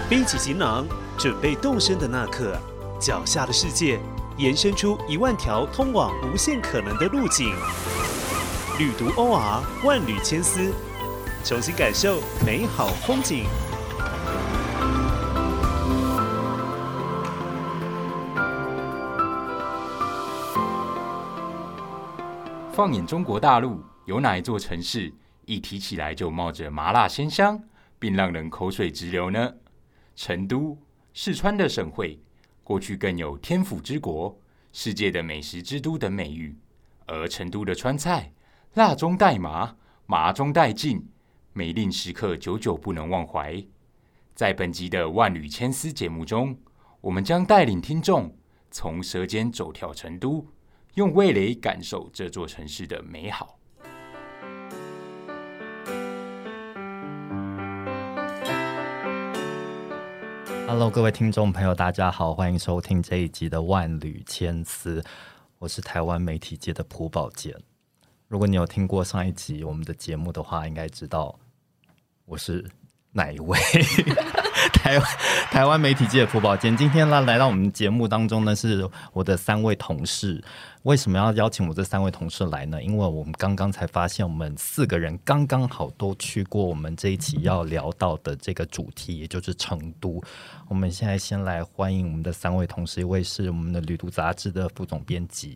背起行囊，准备动身的那刻，脚下的世界延伸出10000条通往无限可能的路径。旅读 OR 万缕千丝，重新感受美好风景。 放眼中国大陆，有哪一座城市一提起来就冒着麻辣鲜香，并让人口水直流呢？成都，四川的省会，过去更有天府之国、世界的美食之都等美誉。而成都的川菜，辣中带麻，麻中带劲，每令食客久久不能忘怀。在本集的万缕千丝节目中，我们将带领听众从舌尖走跳成都，用味蕾感受这座城市的美好。 Hello， 各位听众朋友，大家好，欢迎收听这一集的万缕千丝，我是台湾媒体界的朴宝剑。如果你有听过上一集我们的节目的话，应该知道我是哪一位台湾媒体界的朴宝剑。今天来到我们节目当中呢，是我的3位同事。为什么要邀请我这3位同事来呢？因为我们刚刚才发现，我们4个人刚刚好都去过我们这一期要聊到的这个主题，也就是成都。我们现在先来欢迎我们的3位同事，一位是我们的旅读杂志的副总编辑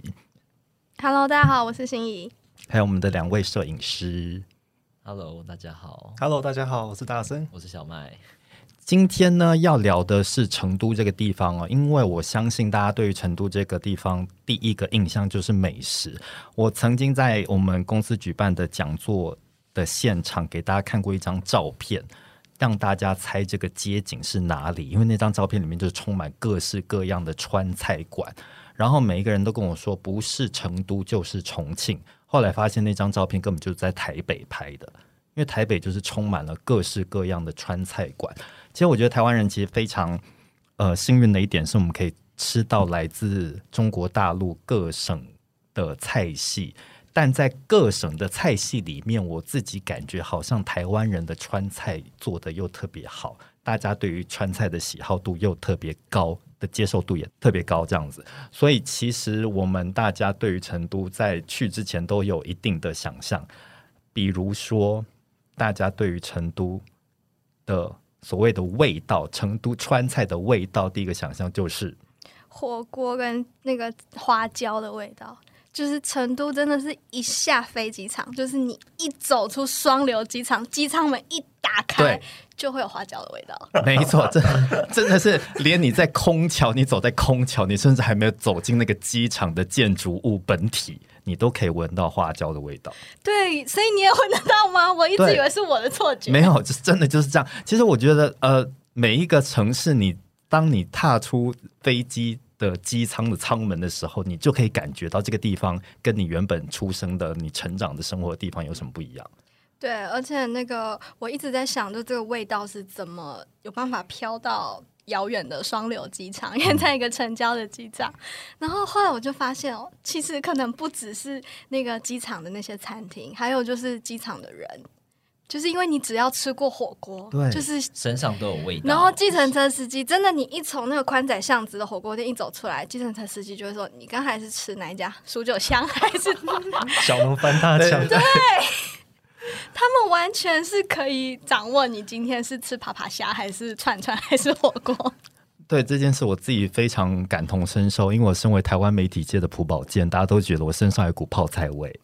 Hello， 大家好，我是心怡。 还有我们的2位摄影师 Hello， 大家好。 Hello， 大家好，我是大森， 我是小麦。 今天呢，要聊的是成都这个地方哦，因为我相信大家对于成都这个地方第一个印象就是美食。我曾经在我们公司举办的讲座的现场给大家看过一张照片，让大家猜这个街景是哪里，因为那张照片里面就是充满各式各样的川菜馆，然后每一个人都跟我说不是成都就是重庆，后来发现那张照片根本就是在台北拍的，因为台北就是充满了各式各样的川菜馆。其实我觉得台湾人其实非常幸运的一点是，我们可以吃到来自中国大陆各省的菜系，但在各省的菜系里面，我自己感觉好像台湾人的川菜做的又特别好，大家对于川菜的喜好度又特别高，的接受度也特别高，这样子。所以其实我们大家对于成都在去之前都有一定的想象，比如说大家对于成都的所谓的味道，成都川菜的味道，第一个想象就是火锅跟那个花椒的味道。就是成都真的是一下飞机场，就是你一走出双流机场，机舱门一打开就会有花椒的味道。 没错，真的是连你在空桥，你走在空桥，你甚至还没有走进那个机场的建筑物本体，你都可以闻到花椒的味道。 对，所以你也闻得到吗？我一直以为是我的错觉。 没有，真的就是这样。其实我觉得每一个城市当你踏出飞机的机舱的舱门的时候，你就可以感觉到这个地方跟你原本出生的你成长的生活的地方有什么不一样。 对，而且那个我一直在想，就这个味道是怎么有办法飘到遥远的双流机场，因为在一个城郊的机场。然后后来我就发现其实可能不只是那个机场的那些餐厅，还有就是机场的人。就是因为你只要吃过火锅， 对， 就是身上都有味道。 然后计程车司机真的，你一从那个宽窄巷子的火锅店一走出来，计程车司机就会说：“你刚才是吃哪一家？蜀九香还是小农翻大墙？” 对，他们完全是可以掌握你今天是吃爬爬虾还是串串还是火锅。 对这件事，我自己非常感同身受，因为我身为台湾媒体界的朴宝剑，大家都觉得我身上有股泡菜味。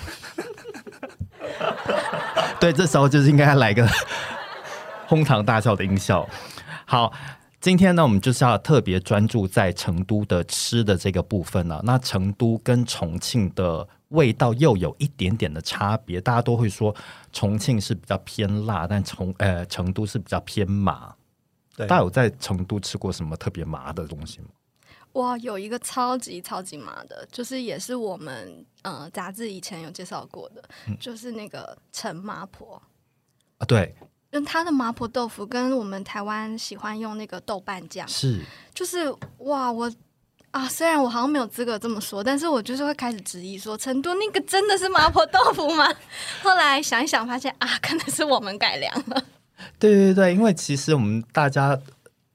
对，这时候就是应该来个哄堂大笑的音效。好，今天呢，我们就是要特别专注在成都的吃的这个部分啊。那成都跟重庆的味道又有一点点的差别，大家都会说重庆是比较偏辣，但成都是比较偏麻。大家有在成都吃过什么特别麻的东西吗？ 哇，有一个超级超级麻的，就是也是我们杂志以前有介绍过的，就是那个陈麻婆啊，对， 它的麻婆豆腐跟我们台湾喜欢用那个豆瓣酱， 是， 就是哇，虽然我好像没有资格这么说，但是我就是会开始质疑说，成都那个真的是麻婆豆腐吗？后来想一想，发现可能是我们改良了。 对对对，因为其实我们大家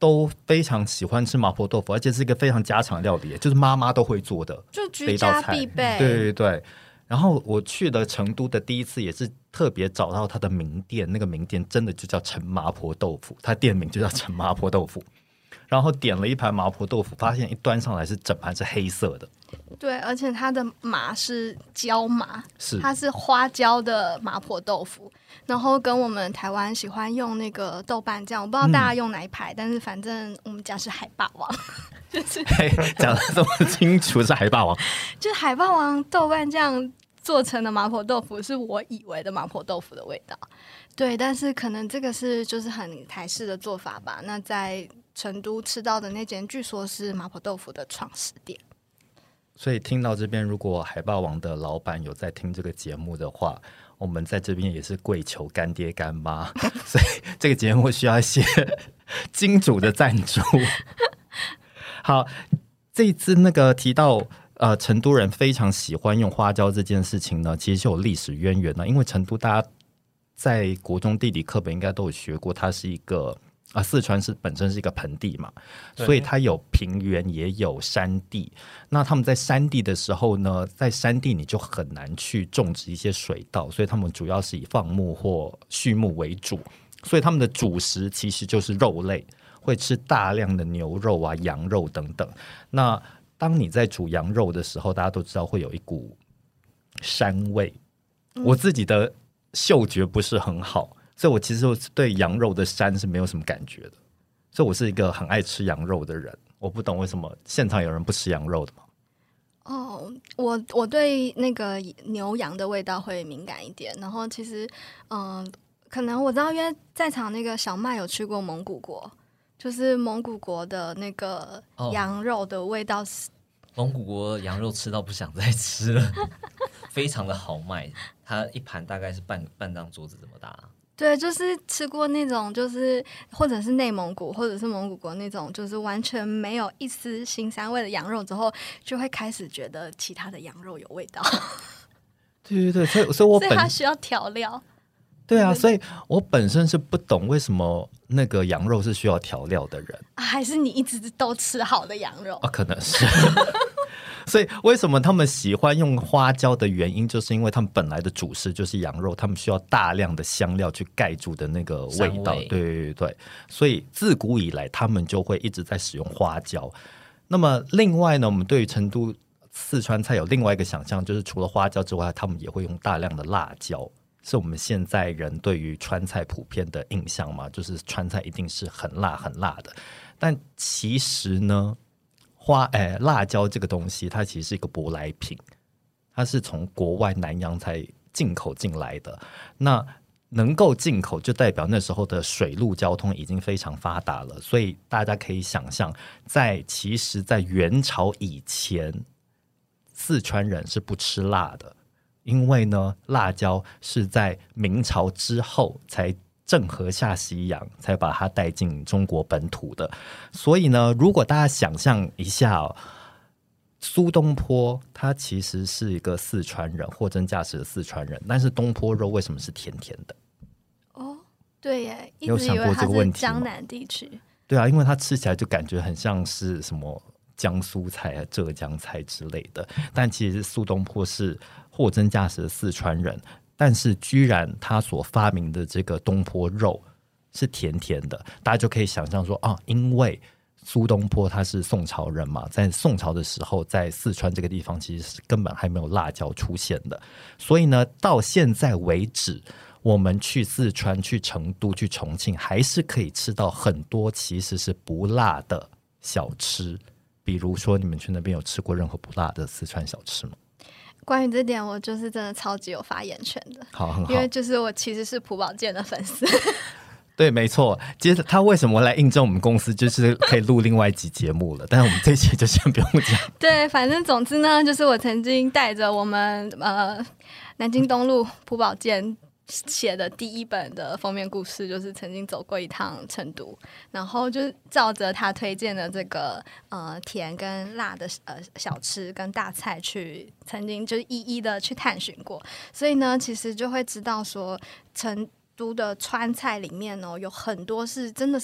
都非常喜欢吃麻婆豆腐，而且是一个非常家常的料理，就是妈妈都会做的， 就居家必备。 对对对。然后我去了成都的第一次，也是特别找到它的名店，那个名店真的就叫陈麻婆豆腐，它店名就叫陈麻婆豆腐。然后点了一盘麻婆豆腐，发现一端上来是整盘是黑色的。 对，而且它的麻是椒麻， 是它是花椒的麻婆豆腐，然后跟我们台湾喜欢用那个豆瓣酱，我不知道大家用哪一排，但是反正我们家是海霸王，就是讲得这么清楚是海霸王， 就是海霸王豆瓣酱做成的麻婆豆腐是我以为的麻婆豆腐的味道，对，但是可能这个是就是很台式的做法吧。那在成都吃到的那间，据说是麻婆豆腐的创始店。 所以听到这边，如果海霸王的老板有在听这个节目的话，我们在这边也是跪求干爹干妈，所以这个节目需要一些金主的赞助。好，这一次那个提到成都人非常喜欢用花椒这件事情呢，其实是有历史渊源的。因为成都大家在国中地理课本应该都有学过，它是一个四川本身是一个盆地嘛，所以它有平原也有山地。那他们在山地的时候呢，在山地你就很难去种植一些水稻，所以他们主要是以放牧或畜牧为主，所以他们的主食其实就是肉类，会吃大量的牛肉啊、羊肉等等。那当你在煮羊肉的时候，大家都知道会有一股膻味，我自己的嗅觉不是很好，所以我其实对羊肉的膻是没有什么感觉的，所以我是一个很爱吃羊肉的人。我不懂为什么现场有人不吃羊肉的吗？ 哦，我对那个牛羊的味道会敏感一点，然后其实可能我知道，因为在场那个小麦有去过蒙古国，就是蒙古国的那个羊肉的味道是， 蒙古国羊肉吃到不想再吃了，非常的豪迈，它一盘大概是半张桌子这么大。 对，就是吃过那种，就是或者是内蒙古或者是蒙古国那种，就是完全没有一丝腥膻味的羊肉之后，就会开始觉得其他的羊肉有味道。 对对对，所以它需要调料。 对啊，所以我本身是不懂为什么那个羊肉是需要调料的人还是你一直都吃好的羊肉可能是。所以为什么他们喜欢用花椒的原因，就是因为他们本来的主食就是羊肉，他们需要大量的香料去盖住的那个味道。对对对，所以自古以来他们就会一直在使用花椒。那么另外呢，我们对于成都四川菜有另外一个想象，就是除了花椒之外，他们也会用大量的辣椒，是我们现在人对于川菜普遍的印象嘛，就是川菜一定是很辣很辣的。但其实呢，辣椒这个东西它其实是一个舶来品，它是从国外南洋才进口进来的。那能够进口就代表那时候的水陆交通已经非常发达了，所以大家可以想象，其实在元朝以前，四川人是不吃辣的，因为呢辣椒是在明朝之后才郑和下西洋才把它带进中国本土的。所以呢，如果大家想象一下苏东坡他其实是一个四川人，货真价实的四川人，但是东坡肉为什么是甜甜的？ 对耶，一有想直以为它过这个问题吗？ 是江南地区。 对啊，因为它吃起来就感觉很像是什么江苏菜、浙江菜之类的，但其实苏东坡是货真价实的四川人，但是居然他所发明的这个东坡肉是甜甜的，大家就可以想象说因为苏东坡他是宋朝人嘛，在宋朝的时候，在四川这个地方其实是根本还没有辣椒出现的，所以呢，到现在为止，我们去四川、去成都、去重庆，还是可以吃到很多其实是不辣的小吃。比如说，你们去那边有吃过任何不辣的四川小吃吗？ 关于这点，我就是真的超级有发言权的。 好，很好， 因为就是我其实是朴宝剑的粉丝。 对，没错。接着他为什么来应征我们公司，就是可以录另外一集节目了。但是我们这一期就先不用讲。 对，反正总之呢，就是我曾经带着我们南京东路朴宝剑写的第一本的封面故事，就是曾经走过一趟成都，然后就是照着他推荐的这个甜跟辣的小吃跟大菜去，曾经就是一一的去探寻过，所以呢，其实就会知道说成都的川菜里面有很多是真的是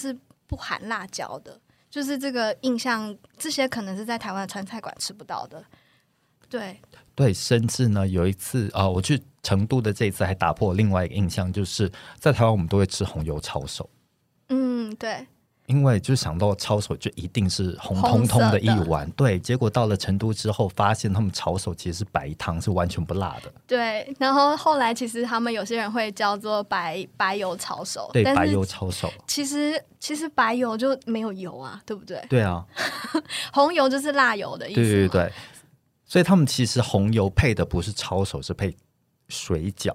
不含辣椒的，就是这个印象，这些可能是在台湾的川菜馆吃不到的。对， 甚至呢，有一次我去成都的这一次还打破另外一个印象，就是在台湾我们都会吃红油抄手， 对， 因为就想到抄手就一定是红彤彤的一碗，对，结果到了成都之后，发现他们抄手其实是白汤，是完全不辣的。 对，然后后来其实他们有些人会叫做白油抄手， 对，白油抄手。 其实白油就没有油啊，对不对？ 对啊， 红油就是辣油的意思。 对，所以他们其实红油配的不是抄手，是配水饺。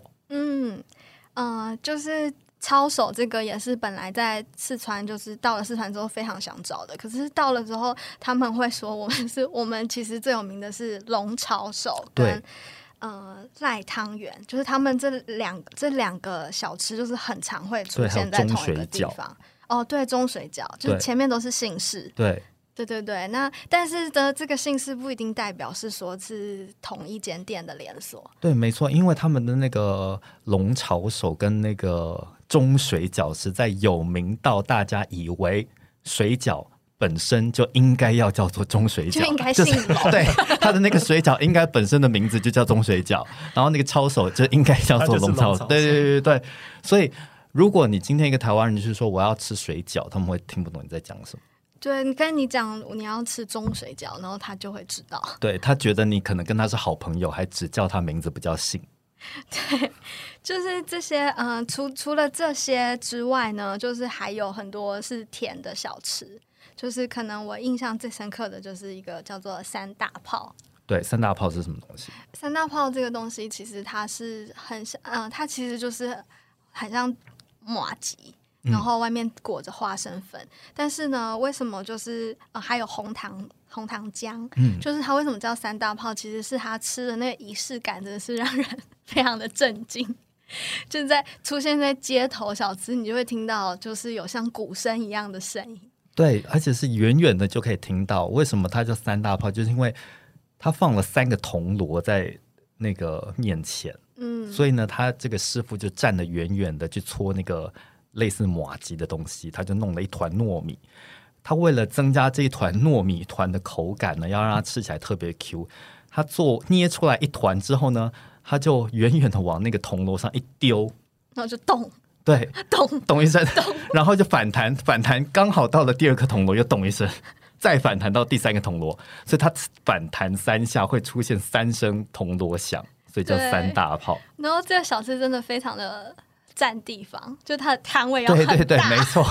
就是抄手这个也是本来在四川，就是到了四川之后非常想找的，可是到了之后他们会说我们其实最有名的是龙抄手跟赖汤圆，就是他们这两个小吃就是很常会出现在同一个地方。对，中水饺就是前面都是姓氏。对，那但是的这个姓氏不一定代表是说是同一间店的连锁。 对，没错，因为他们的那个龙抄手跟那个中水饺实在有名到大家以为水饺本身就应该要叫做中水饺， 就应该姓龙。 对，他的那个水饺应该本身的名字就叫中水饺，然后那个抄手就应该叫做龙抄手。对，所以如果你今天一个台湾人就是说我要吃水饺，他们会听不懂你在讲什么。 对，你跟你讲你要吃中水饺，然后他就会知道。 对，他觉得你可能跟他是好朋友，还只叫他名字不叫姓。 对，就是这些除了这些之外呢，就是还有很多是甜的小吃，就是可能我印象最深刻的就是一个叫做三大炮。 对，三大炮是什么东西？ 三大炮这个东西其实它是很像它其实就是很像麻糬，然后外面裹着花生粉，但是呢，为什么就是还有红糖浆？就是它为什么叫三大炮？其实是它吃的那个仪式感，真的是让人非常的震惊。就在出现在街头小吃，你就会听到就是有像鼓声一样的声音。 对，而且是远远的就可以听到。为什么它叫三大炮？就是因为它放了3个铜锣在那个面前，所以呢，他这个师傅就站得远远的去搓那个类似麻糬的东西，他就弄了一团糯米。他为了增加这一团糯米团的口感呢，要让它吃起来特别 Q， 他捏出来一团之后呢，他就远远的往那个铜锣上一丢， 然后就咚， 对，咚一声，然后就反弹，刚好到了第2颗铜锣又咚一声，再反弹到第3个铜锣，所以它反弹3下会出现3声铜锣响，所以叫三大炮。 然后这个小吃真的非常的占地方，就它的摊位要很大。 对，没错。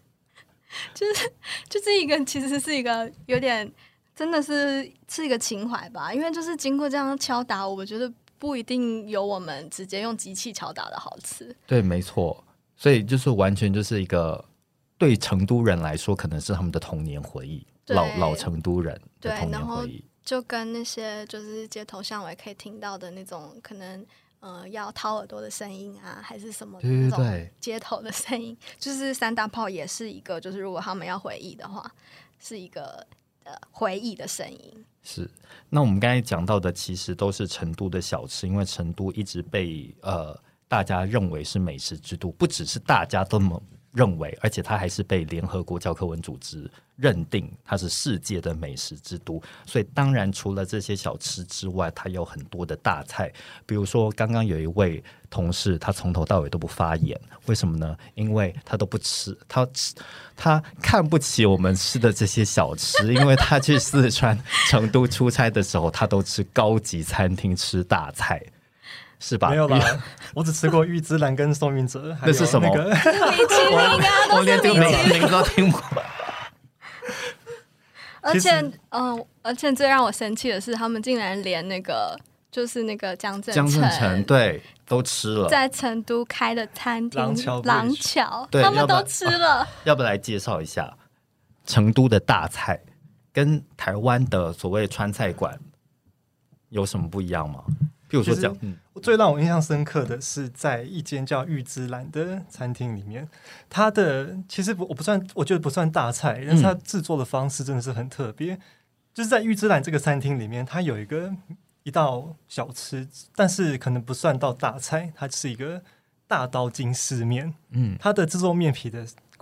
就是一个，其实是一个有点，真的是一个情怀吧。因为就是经过这样敲打，我觉得不一定有我们直接用机器敲打的好吃。 对，没错。所以就是完全就是一个对成都人来说，可能是他们的童年回忆，老成都人的童年回忆。 就跟那些就是街头巷尾可以听到的那种可能。要掏耳朵的声音啊，还是什么那种街头的声音，就是三大炮也是一个，就是如果他们要回忆的话，是一个回忆的声音。 是，那我们刚才讲到的其实都是成都的小吃，因为成都一直被大家认为是美食之都，不只是大家都认为，而且它还是被联合国教科文组织认定它是世界的美食之都。所以当然除了这些小吃之外，它有很多的大菜，比如说刚刚有一位同事他从头到尾都不发言，为什么呢？因为他都不吃，他看不起我们吃的这些小吃，因为他去四川成都出差的时候，他都吃高级餐厅吃大菜，是吧？ 没有啦，我只吃过玉芝兰跟宋云哲， 那是什么？我连这个名字都听过。 而且最让我生气的是，他们竟然连那个就是那个江振成对都吃了， 在成都开的餐厅廊桥，他们都吃了。 要不来介绍一下成都的大菜跟台湾的所谓川菜馆有什么不一样吗？譬如说这样， 最让我印象深刻的是在一间叫玉芝兰的餐厅里面，它的其实我觉得不算大菜，但是它制作的方式真的是很特别。就是在玉芝兰这个餐厅里面，它有一道小吃，但是可能不算到大菜，它是一个大刀筋丝面。它的制作面皮的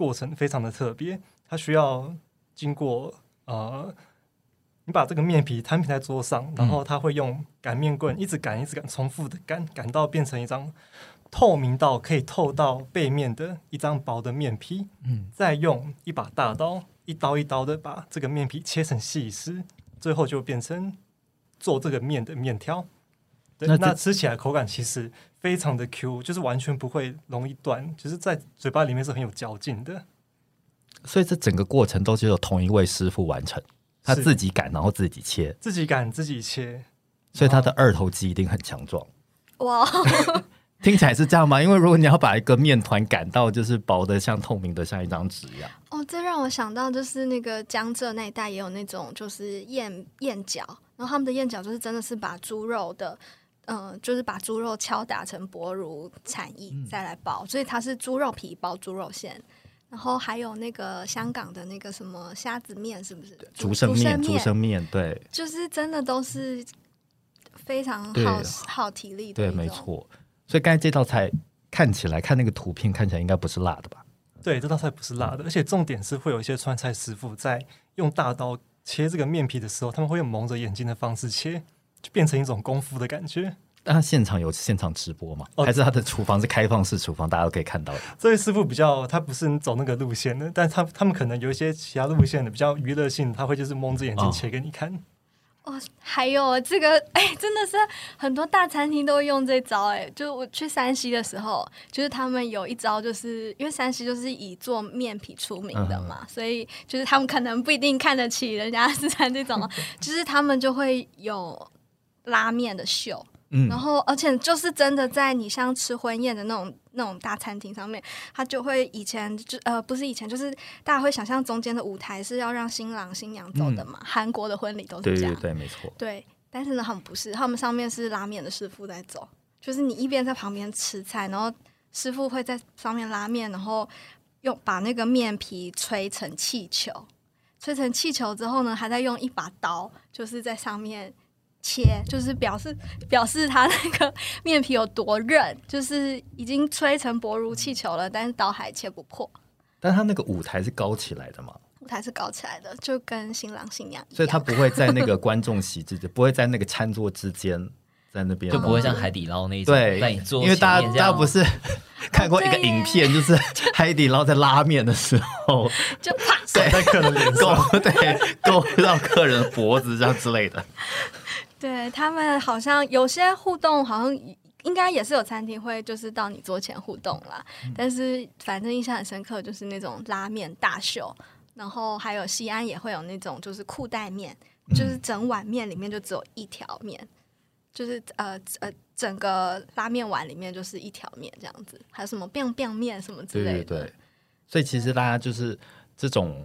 过程非常的特别，它需要经过你把这个面皮摊平在桌上，然后它会用擀面棍一直擀一直擀，重复的擀到变成一张透明到可以透到背面的一张薄的面皮，再用一把大刀一刀一刀的把这个面皮切成细丝，最后就变成做这个面的面条。对，那吃起来口感其实非常的 Q， 就是完全不会容易断，就是在嘴巴里面是很有嚼劲的。 所以这整个过程都是由同一位师傅完成，他自己擀，然后自己切， 自己擀自己切， 所以他的二头肌一定很强壮。 哇， 听起来是这样吗？因为如果你要把一个面团擀到就是薄的像透明的像一张纸一样， 这让我想到就是那个江浙那一带也有那种就是燕饺，然后他们的燕饺就是真的是把猪肉的就是把猪肉敲打成薄如蝉翼再来包，所以它是猪肉皮包猪肉馅。然后还有那个香港的那个什么虾子面，是不是？竹升面， 对， 就是真的都是非常耗体力的。 对，没错。所以刚才这道菜看起来，看那个图片看起来应该不是辣的吧？ 对，这道菜不是辣的，而且重点是会有一些川菜师傅在用大刀切这个面皮的时候，他们会用蒙着眼睛的方式切，就变成一种功夫的感觉。 但他现场有现场直播吗？还是他的厨房是开放式厨房，大家都可以看到的？ 这位师傅他不是走那个路线的，但他们可能有一些其他路线的比较娱乐性，他会就是蒙着眼睛切给你看。 还有这个真的是很多大餐厅都会用这招就我去山西的时候，就是他们有一招，就是因为山西就是以做面皮出名的嘛，所以就是他们可能不一定看得起人家四川这种就是他们就会有拉面的秀。然后而且就是真的在你像吃婚宴的那种大餐厅上面，他就会不是以前，就是大家会想象中间的舞台是要让新郎新娘走的嘛，韩国的婚礼都是这样， 对，没错， 对。但是呢，他们不是，他们上面是拉面的师傅在走，就是你一边在旁边吃菜，然后师傅会在上面拉面，然后把那个面皮吹成气球，吹成气球之后呢，还在用一把刀，就是在上面切，就是表示它那个面皮有多韧，就是已经吹成薄如气球了，但是刀还切不破。 但它那个舞台是高起来的吗？ 舞台是高起来的，就跟新郎新娘一样， 所以它不会在那个观众席之间，不会在那个餐桌之间，在那边就不会像海底捞那一种， 对， 在你桌因为大家不是看过一个影片，就是海底捞在拉面的时候， 就啪甩在客人脸上， 勾到客人的脖子这样之类的。 对，他们好像有些互动，好像应该也是有餐厅会就是到你桌前互动啦。但是反正印象很深刻，就是那种拉面大秀，然后还有西安也会有那种就是裤带面，就是整碗面里面就只有一条面，就是整个拉面碗里面就是一条面这样子，还有什么 biang 面什么之类的。 对，所以其实大家就是这种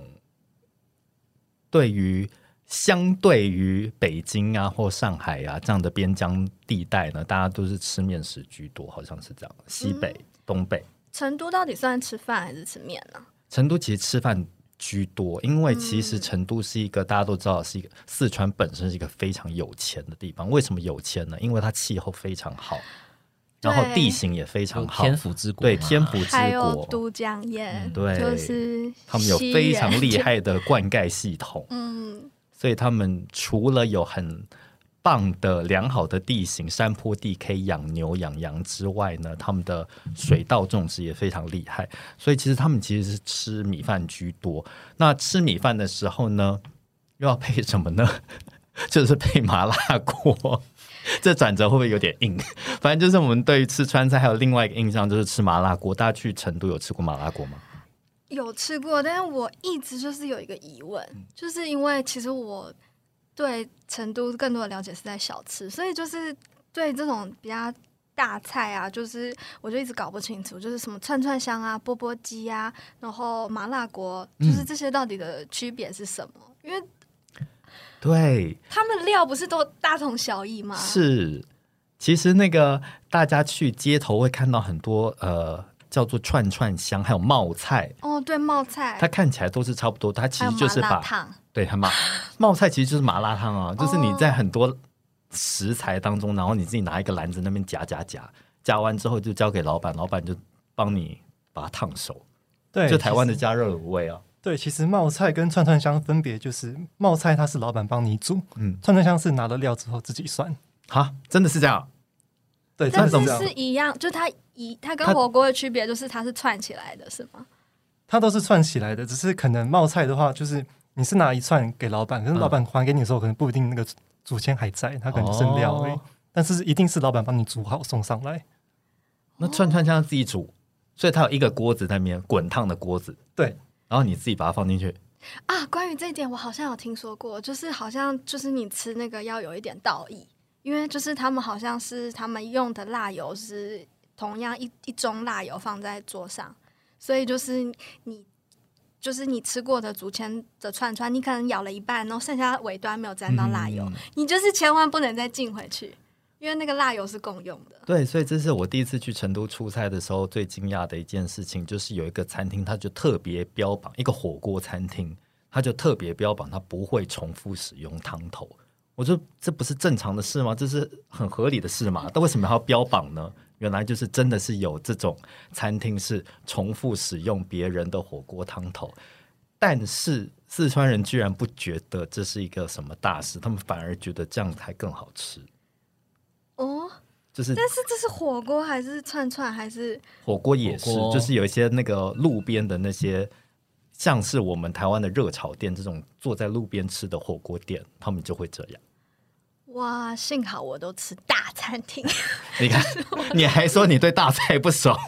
相对于北京啊或上海啊这样的边疆地带呢，大家都是吃面食居多，好像是这样。西北、东北， 成都到底算吃饭还是吃面呢？ 成都其实吃饭居多，因为其实成都是一个大家都知道是一个四川本身是一个非常有钱的地方。为什么有钱呢？因为它气候非常好，然后地形也非常好， 天府之国， 对，天府之国， 还有都江堰， 对， 就是他们有非常厉害的灌溉系统，所以他们除了有很棒的良好的地形，山坡地可以养牛养羊之外呢，他们的水稻种植也非常厉害，所以其实他们其实是吃米饭居多。那吃米饭的时候呢，又要配什么呢？就是配麻辣锅。这转折会不会有点硬？反正就是我们对于吃川菜还有另外一个印象，就是吃麻辣锅。大家去成都有吃过麻辣锅吗？ 有吃过，但是我一直就是有一个疑问，就是因为其实我对成都更多的了解是在小吃，所以就是对这种比较大菜啊，就是我就一直搞不清楚，就是什么串串香啊、钵钵鸡啊，然后麻辣锅，就是这些到底的区别是什么？因为对， 他们料不是都大同小异吗？ 是，其实那个大家去街头会看到很多叫做串串香，还有冒菜。 哦，对，冒菜， 它看起来都是差不多，它其实就是把对它冒菜其实就是麻辣烫啊，就是你在很多食材当中，然后你自己拿一个篮子那边夹完之后就交给老板，老板就帮你把它烫熟。 对， 就台湾的加热卤味啊。 对，其实冒菜跟串串香分别就是冒菜它是老板帮你煮，串串香是拿了料之后自己算。 哈，真的是这样？ 对， 但真的是是一样，就它跟火锅的区别就是它是串起来的，是吗？ 它都是串起来的，只是可能冒菜的话，就是你是拿一串给老板，可是老板还给你的时候，可能不一定那个主签还在，他可能剩料而已。但是一定是老板帮你煮好送上来。 那串串香自己煮，所以它有一个锅子在那边，滚烫的锅子。 对， 然后你自己把它放进去。 啊，关于这一点，我好像有听说过，就是好像就是你吃那个要有一点道义，因为就是他们好像是他们用的辣油是同样一盅辣油放在桌上，所以就是你吃过的竹签的串串，你可能咬了一半，然后剩下尾端没有沾到辣油，你就是千万不能再进回去，因为那个辣油是共用的。 对，所以这是我第一次去成都出差的时候最惊讶的一件事情，就是有一个餐厅，它就特别标榜一个火锅餐厅，它就特别标榜它不会重复使用汤头。我说这不是正常的事吗？这是很合理的事嘛？但为什么要标榜呢？原来就是真的是有这种餐厅是重复使用别人的火锅汤头，但是四川人居然不觉得这是一个什么大事，他们反而觉得这样才更好吃。 哦， 就是但是这是火锅还是串串还是火锅也是，就是有一些那个路边的那些，像是我们台湾的热炒店这种坐在路边吃的火锅店，他们就会这样。 哇，幸好我都吃大餐厅。 你看，你还说你对大菜不熟。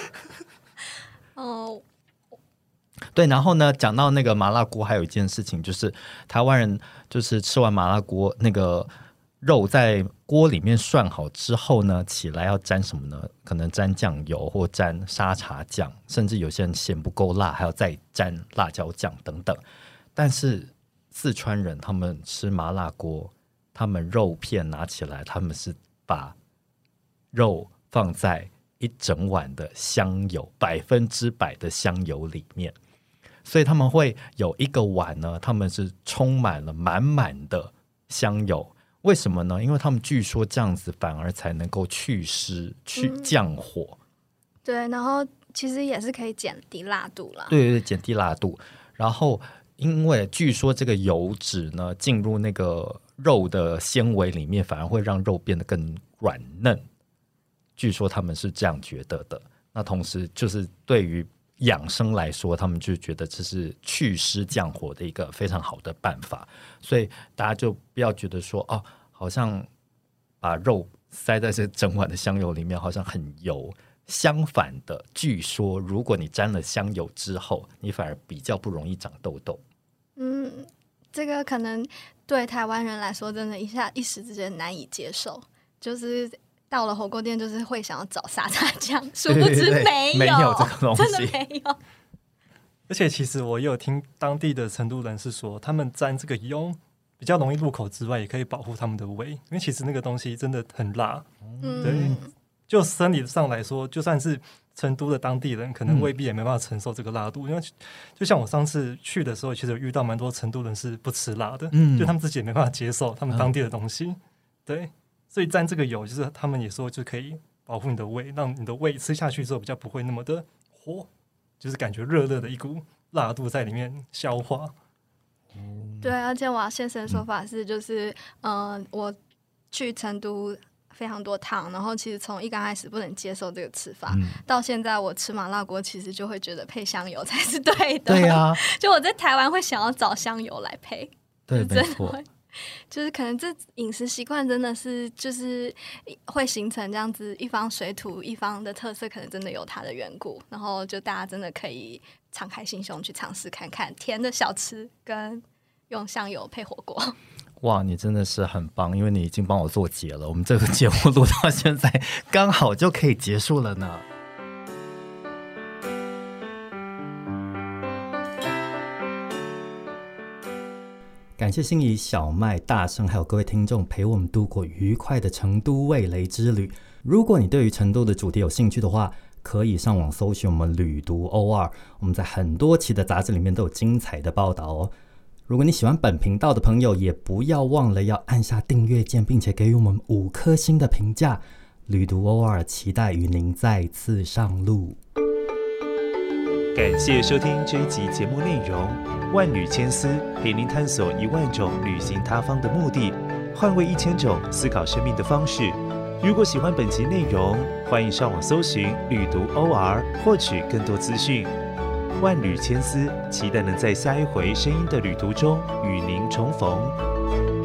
哦， 对，然后呢，讲到那个麻辣锅，还有一件事情就是台湾人就是吃完麻辣锅那个肉在锅里面涮好之后呢，起来要沾什么呢？可能沾酱油或沾沙茶酱，甚至有些人嫌不够辣，还要再沾辣椒酱等等。但是四川人他们吃麻辣锅，他们肉片拿起来，他们是把肉放在一整碗的香油，100%的香油里面，所以他们会有一个碗呢，他们是充满了满满的香油。为什么呢？因为他们据说这样子反而才能够去湿、去降火。 对，然后其实也是可以减低辣度啦。 对对对，减低辣度。然后因为据说这个油脂呢进入那个肉的纤维里面，反而会让肉变得更软嫩。据说他们是这样觉得的。那同时就是对于养生来说，他们就觉得这是祛湿降火的一个非常好的办法，所以大家就不要觉得说哦，好像把肉塞在这整碗的香油里面好像很油。相反的，据说如果你沾了香油之后，你反而比较不容易长痘痘。 这个可能对台湾人来说真的一时之间难以接受，就是到了火锅店就是会想要找沙茶酱，殊不知没有这个东西， 真的没有。 而且其实我也有听当地的成都人是说，他们沾这个油比较容易入口之外，也可以保护他们的胃，因为其实那个东西真的很辣。对，就生理上来说，就算是成都的当地人，可能未必也没办法承受这个辣度。因为就像我上次去的时候，其实有遇到蛮多成都人是不吃辣的，就他们自己也没办法接受他们当地的东西。对，所以沾这个油，就是他们也说就可以保护你的胃，让你的胃吃下去之后比较不会那么的火，就是感觉热热的一股辣度在里面消化。 对，而且我要现身说法是，就是我去成都非常多趟，然后其实从一刚开始不能接受这个吃法，到现在我吃麻辣锅其实就会觉得配香油才是对的。 对啊， 就我在台湾会想要找香油来配， 对， 没错。 就是可能这饮食习惯真的是就是会形成这样子一方水土一方的特色，可能真的有它的缘故。然后就大家真的可以敞开心胸去尝试看看甜的小吃跟用香油配火锅。 哇，你真的是很棒，因为你已经帮我做结了。我们这个节目录到现在刚好就可以结束了呢。感谢心仪、小麦、大生还有各位听众陪我们度过愉快的成都味蕾之旅。如果你对于成都的主题有兴趣的话，可以上网搜寻我们旅读 OR， 我们在很多期的杂志里面都有精彩的报道哦。如果你喜欢本频道的朋友，也不要忘了要按下订阅键，并且给予我们5颗星的评价。旅读 OR 期待与您再次上路。 感谢收听这一集节目内容，万缕千丝陪您探索10000种旅行他方的目的，换位1000种思考生命的方式。如果喜欢本集内容，欢迎上网搜寻旅读 OR 获取更多资讯。万缕千丝，期待能在下一回声音的旅途中与您重逢。